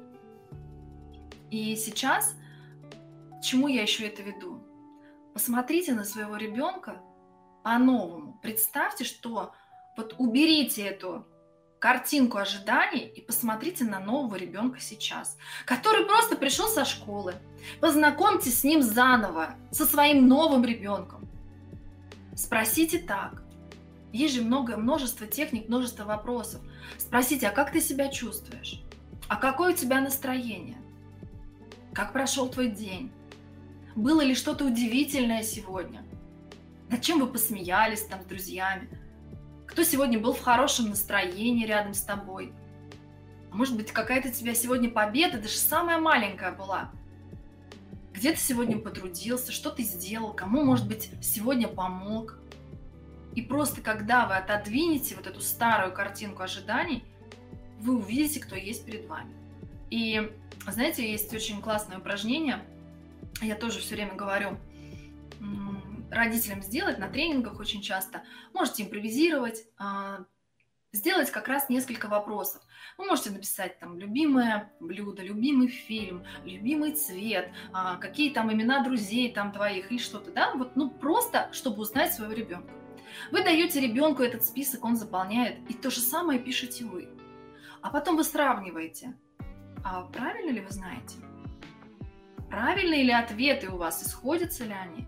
И сейчас, к чему я еще это веду? Посмотрите на своего ребенка по-новому. Представьте, что вот уберите эту картинку ожиданий и посмотрите на нового ребенка сейчас, который просто пришел со школы. Познакомьтесь с ним заново, со своим новым ребенком. Спросите так. Есть же много, множество техник, множество вопросов. Спросите, а как ты себя чувствуешь? А какое у тебя настроение? Как прошел твой день? Было ли что-то удивительное сегодня? Над чем вы посмеялись там с друзьями? Кто сегодня был в хорошем настроении рядом с тобой? А может быть, какая-то у тебя сегодня победа, даже самая маленькая была? Где ты сегодня потрудился, что ты сделал, кому, может быть, сегодня помог? И просто когда вы отодвинете вот эту старую картинку ожиданий, вы увидите, кто есть перед вами. И, знаете, есть очень классное упражнение, я тоже все время говорю родителям сделать на тренингах очень часто. Можете импровизировать, сделать как раз несколько вопросов. Вы можете написать там любимое блюдо, любимый фильм, любимый цвет, какие там имена друзей там твоих или что-то, да, вот, ну просто, чтобы узнать своего ребенка. Вы даете ребенку этот список, он заполняет, и то же самое пишете вы. А потом вы сравниваете. А правильно ли вы знаете? Правильные ли ответы у вас? Исходятся ли они?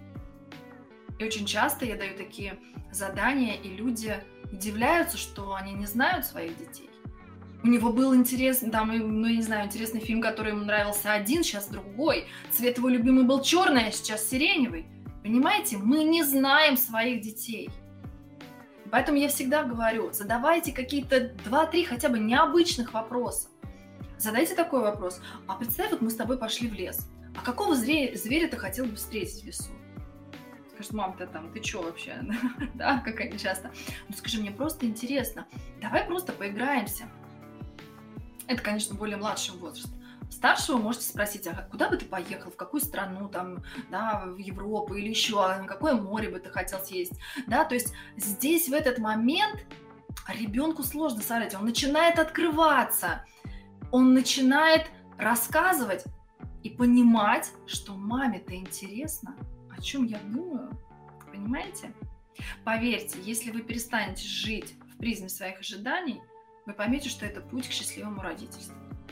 И очень часто я даю такие задания, и люди удивляются, что они не знают своих детей. У него был интересный, там, ну, я не знаю, интересный фильм, который ему нравился один, сейчас другой. Цвет его любимый был черный, а сейчас сиреневый. Понимаете, мы не знаем своих детей. Поэтому я всегда говорю, задавайте какие-то два-три хотя бы необычных вопроса. Задайте такой вопрос. А представь, вот мы с тобой пошли в лес. А какого зверя, зверя ты хотел бы встретить в лесу? Скажет, мам, ты там, ты чё вообще? Да, как они часто. Ну скажи, мне просто интересно. Давай просто поиграемся. Это, конечно, более младшего возраста. Старшего можете спросить, а куда бы ты поехал, в какую страну, там, да, в Европу или еще, а на какое море бы ты хотел съездить, да, то есть здесь в этот момент ребенку сложно смотреть, он начинает открываться, он начинает рассказывать и понимать, что маме-то интересно, о чем я думаю, понимаете? Поверьте, если вы перестанете жить в призме своих ожиданий, вы поймете, что это путь к счастливому родительству.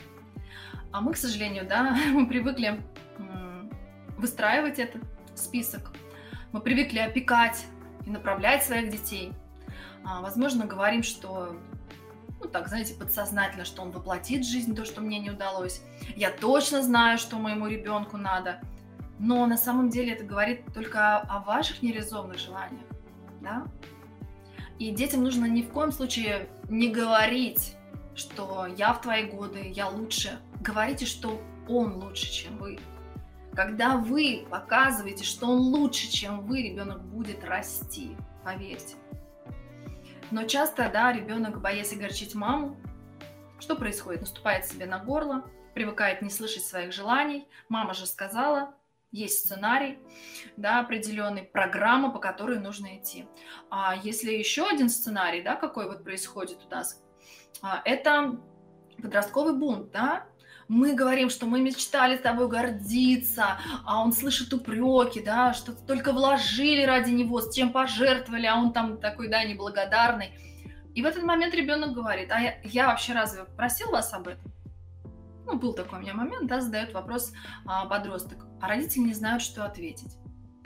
А мы, к сожалению, да, мы привыкли выстраивать этот список, мы привыкли опекать и направлять своих детей. Возможно, говорим, что, ну так, знаете, подсознательно, что он воплотит в жизнь то, что мне не удалось. Я точно знаю, что моему ребенку надо. Но на самом деле это говорит только о ваших нереализованных желаниях, да? И детям нужно ни в коем случае не говорить, что я в твои годы, я лучше. Говорите, что он лучше, чем вы. Когда вы показываете, что он лучше, чем вы, ребенок будет расти, поверьте. Но часто, да, ребенок, боясь огорчить маму, что происходит? Наступает себе на горло, привыкает не слышать своих желаний. Мама же сказала, есть сценарий, да, определенный, программа, по которой нужно идти. А если еще один сценарий, да, какой вот происходит у нас, это подростковый бунт, да? Мы говорим, что мы мечтали с тобой гордиться, а он слышит упреки, да, что только вложили ради него, с чем пожертвовали, а он там такой, да, неблагодарный. И в этот момент ребенок говорит, а я, я вообще разве просил вас об этом? Ну, был такой у меня момент, да, задает вопрос а, подросток, а родители не знают, что ответить.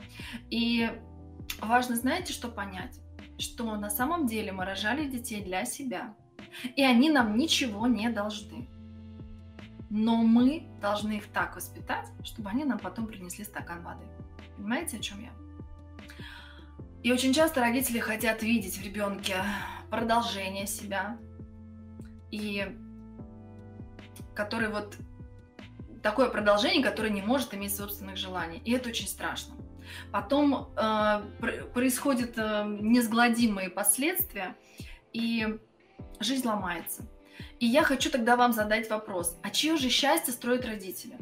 И важно, знаете, что понять? Что на самом деле мы рожали детей для себя, и они нам ничего не должны. Но мы должны их так воспитать, чтобы они нам потом принесли стакан воды. Понимаете, о чем я? И очень часто родители хотят видеть в ребенке продолжение себя, и который вот такое продолжение, которое не может иметь собственных желаний. И это очень страшно. Потом э, происходят э, несгладимые последствия, и жизнь ломается. И я хочу тогда вам задать вопрос, а чье же счастье строят родители?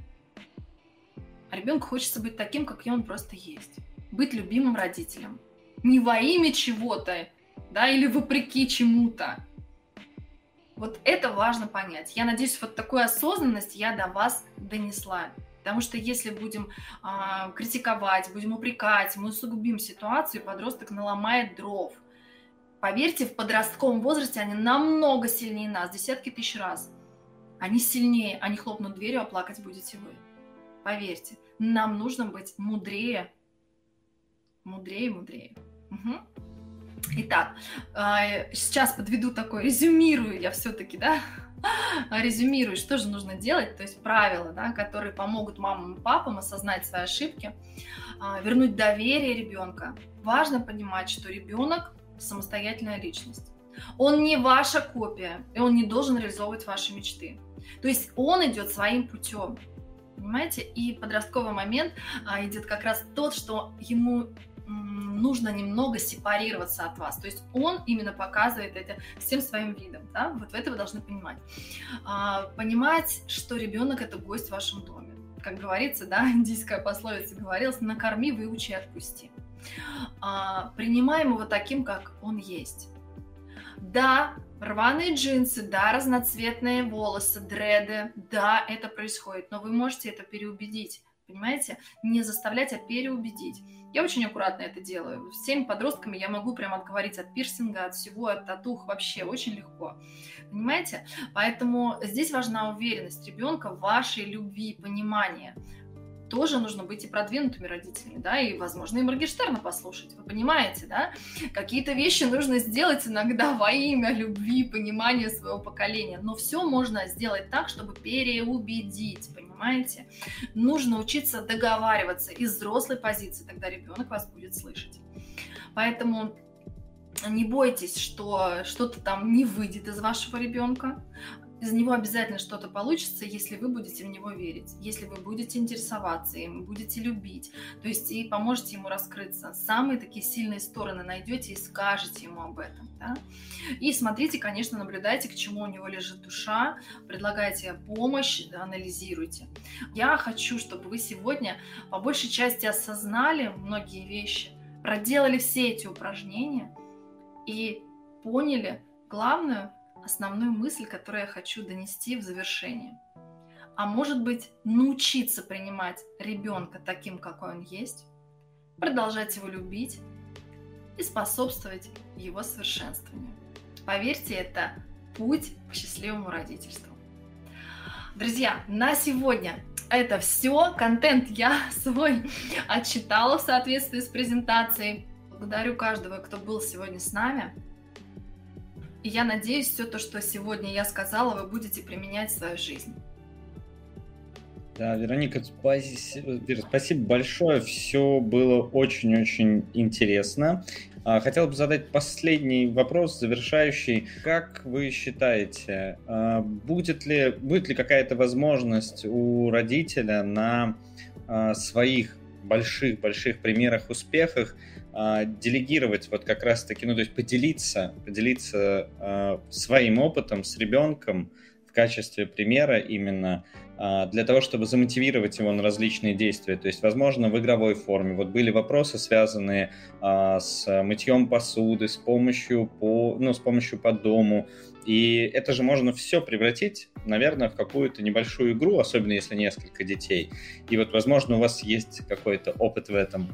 А ребенку хочется быть таким, каким он просто есть. Быть любимым родителем. Не во имя чего-то, да, или вопреки чему-то. Вот это важно понять. Я надеюсь, вот такую осознанность я до вас донесла. Потому что если будем э, критиковать, будем упрекать, мы усугубим ситуацию, и подросток наломает дров. Поверьте, в подростковом возрасте они намного сильнее нас, десятки тысяч раз. Они сильнее, они хлопнут дверью, а плакать будете вы. Поверьте, нам нужно быть мудрее, мудрее, мудрее. Угу. Итак, сейчас подведу такое, резюмирую я все-таки, да, резюмирую, что же нужно делать, то есть правила, да, которые помогут мамам и папам осознать свои ошибки, вернуть доверие ребенка. Важно понимать, что ребенок самостоятельная личность. Он не ваша копия, и он не должен реализовывать ваши мечты. То есть он идет своим путем, понимаете? И подростковый момент а, идет как раз тот, что ему м, нужно немного сепарироваться от вас. То есть он именно показывает это всем своим видом. Да? Вот это вы должны понимать. А, понимать, что ребенок – это гость в вашем доме. Как говорится, да, индийская пословица говорилась: накорми, выучи, отпусти. А, принимаем его таким, как он есть. Да, рваные джинсы, да, разноцветные волосы, дреды, да, это происходит, но вы можете это переубедить, понимаете? Не заставлять, а переубедить. Я очень аккуратно это делаю. С всеми подростками я могу прям отговорить от пирсинга, от всего, от татух, вообще очень легко, понимаете? Поэтому здесь важна уверенность ребенка в вашей любви, понимание. тоже нужно быть и продвинутыми родителями, да, и, возможно, и Моргенштерна послушать, вы понимаете, да? Какие-то вещи нужно сделать иногда во имя любви, понимания своего поколения, но все можно сделать так, чтобы переубедить, понимаете? Нужно учиться договариваться из взрослой позиции, тогда ребенок вас будет слышать. Поэтому не бойтесь, что что-то там не выйдет из вашего ребенка. Из него обязательно что-то получится, если вы будете в него верить, если вы будете интересоваться им, будете любить, то есть и поможете ему раскрыться. Самые такие сильные стороны найдете и скажете ему об этом. Да? И смотрите, конечно, наблюдайте, к чему у него лежит душа, предлагайте помощь, да, анализируйте. Я хочу, чтобы вы сегодня по большей части осознали многие вещи, проделали все эти упражнения и поняли главную, основную мысль, которую я хочу донести в завершение. А может быть, научиться принимать ребенка таким, какой он есть, продолжать его любить и способствовать его совершенствованию. Поверьте, это путь к счастливому родительству. Друзья, на сегодня это все. Контент я свой отчитала в соответствии с презентацией. Благодарю каждого, кто был сегодня с нами. И я надеюсь, все то, что сегодня я сказала, вы будете применять в свою жизнь. Да, Вероника, спасибо, спасибо большое. Все было очень-очень интересно. Хотел бы задать последний вопрос, завершающий. Как вы считаете, будет ли, будет ли какая-то возможность у родителя на своих больших-больших примерах, успехах делегировать вот как раз-таки, ну то есть поделиться, поделиться э, своим опытом с ребенком в качестве примера именно э, для того, чтобы замотивировать его на различные действия. То есть, возможно, в игровой форме. Вот были вопросы, связанные э, с мытьем посуды, с помощью по, ну, с помощью по дому. И это же можно все превратить, наверное, в какую-то небольшую игру, особенно если несколько детей. И вот, возможно, у вас есть какой-то опыт в этом.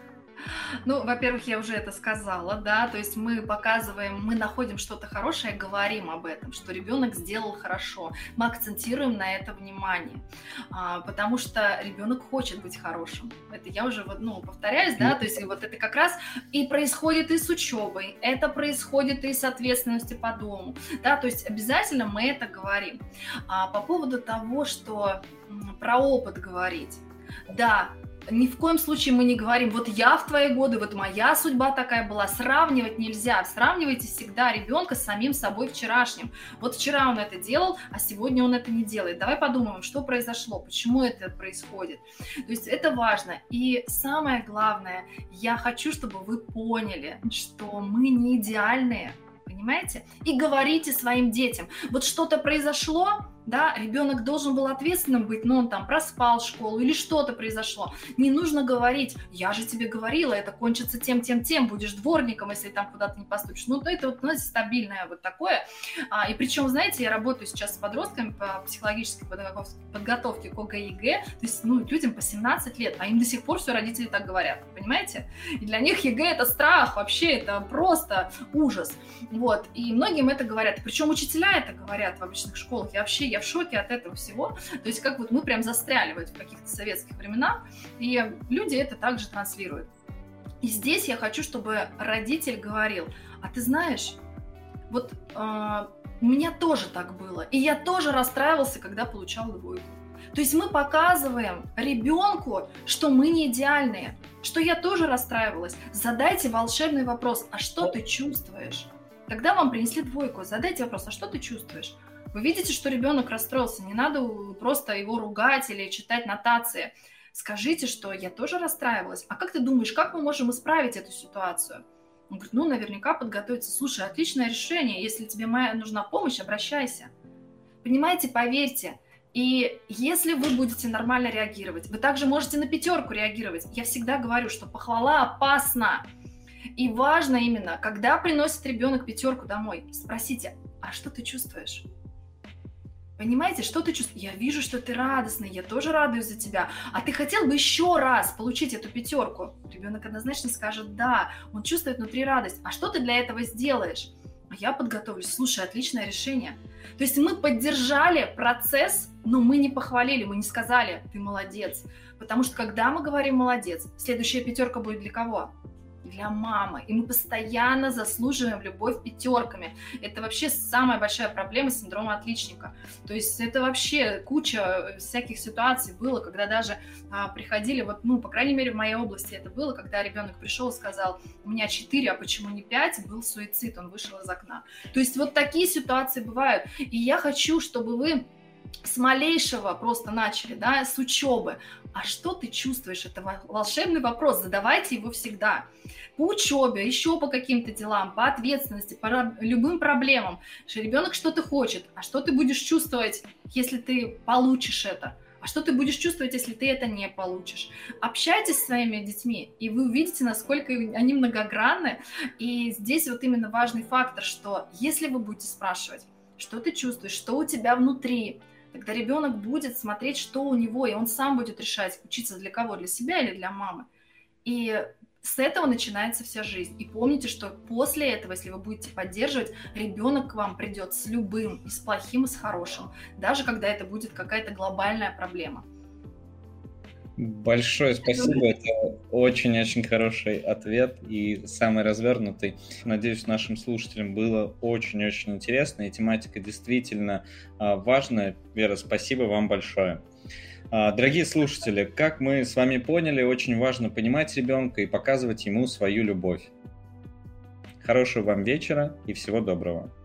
Ну, во-первых, я уже это сказала, да, то есть мы показываем, мы находим что-то хорошее, говорим об этом, что ребенок сделал хорошо, мы акцентируем на это внимание, а, потому что ребенок хочет быть хорошим. Это я уже, ну, повторяюсь, да, то есть вот это как раз и происходит и с учебой, это происходит и с ответственностью по дому, да, то есть обязательно мы это говорим. А по поводу того, что про опыт говорить, да, ни в коем случае мы не говорим, вот я в твои годы, вот моя судьба такая была. Сравнивать нельзя. Сравнивайте всегда ребенка с самим собой вчерашним. Вот вчера он это делал, а сегодня он это не делает. Давай подумаем, что произошло, почему это происходит. То есть это важно. И самое главное, я хочу, чтобы вы поняли, что мы не идеальные. Понимаете? И говорите своим детям. Вот что-то произошло, да, ребенок должен был ответственным быть, но он там проспал школу или что-то произошло. Не нужно говорить, я же тебе говорила, это кончится тем, тем, тем, будешь дворником, если там куда-то не поступишь. Ну, это вот, знаете, стабильное вот такое. А, и причем, знаете, я работаю сейчас с подростками по психологической подготовке к ОГЭ и ЕГЭ, то есть, ну, людям по семнадцать лет, а им до сих пор все родители так говорят, понимаете? И для них ЕГЭ это страх, вообще это просто ужас. Вот, и многим это говорят, причем учителя это говорят в обычных школах, я вообще, я в шоке от этого всего, то есть как вот мы прям застряли в каких-то советских временах, и люди это также транслируют. И здесь я хочу, чтобы родитель говорил, а ты знаешь, вот э, у меня тоже так было, и я тоже расстраивался, когда получал двойку. То есть мы показываем ребенку, что мы не идеальные, что я тоже расстраивалась. Задайте волшебный вопрос, а что ты чувствуешь? Когда вам принесли двойку, задайте вопрос, а что ты чувствуешь? Вы видите, что ребенок расстроился, не надо просто его ругать или читать нотации. Скажите, что я тоже расстраивалась. А как ты думаешь, как мы можем исправить эту ситуацию? Он говорит, ну, наверняка подготовиться. Слушай, отличное решение. Если тебе моя нужна помощь, обращайся. Понимаете, поверьте. И если вы будете нормально реагировать, вы также можете на пятерку реагировать. Я всегда говорю, что похвала опасна. И важно именно, когда приносит ребенок пятерку домой, спросите, а что ты чувствуешь? Понимаете, что ты чувствуешь? Я вижу, что ты радостный, я тоже радуюсь за тебя. А ты хотел бы еще раз получить эту пятерку? Ребенок однозначно скажет «да», он чувствует внутри радость. А что ты для этого сделаешь? а я подготовлюсь. Слушай, отличное решение. То есть мы поддержали процесс, но мы не похвалили, мы не сказали, ты молодец. Потому что когда мы говорим молодец, следующая пятерка будет для кого? Для мамы. И мы постоянно заслуживаем любовь пятерками. Это вообще самая большая проблема синдрома отличника. То есть это вообще куча всяких ситуаций было, когда даже а, приходили, вот, ну, по крайней мере, в моей области это было, когда ребенок пришел и сказал, у меня четыре, а почему не пять? Был суицид, он вышел из окна. То есть вот такие ситуации бывают. И я хочу, чтобы вы с малейшего просто начали, да, с учебы. А что ты чувствуешь? Это волшебный вопрос, задавайте его всегда. По учебе, еще по каким-то делам, по ответственности, по любым проблемам. Что ребенок что-то хочет, а что ты будешь чувствовать, если ты получишь это? А что ты будешь чувствовать, если ты это не получишь? Общайтесь с своими детьми, и вы увидите, насколько они многогранны. И здесь вот именно важный фактор, что если вы будете спрашивать, что ты чувствуешь, что у тебя внутри, тогда ребенок будет смотреть, что у него, и он сам будет решать, учиться для кого, для себя или для мамы. И с этого начинается вся жизнь. И помните, что после этого, если вы будете поддерживать, ребенок к вам придет с любым, и с плохим, и с хорошим, даже когда это будет какая-то глобальная проблема. Большое спасибо, это очень-очень хороший ответ и самый развернутый. Надеюсь, нашим слушателям было очень-очень интересно, и тематика действительно важная. Вера, спасибо вам большое. Дорогие слушатели, как мы с вами поняли, очень важно понимать ребенка и показывать ему свою любовь. Хорошего вам вечера и всего доброго.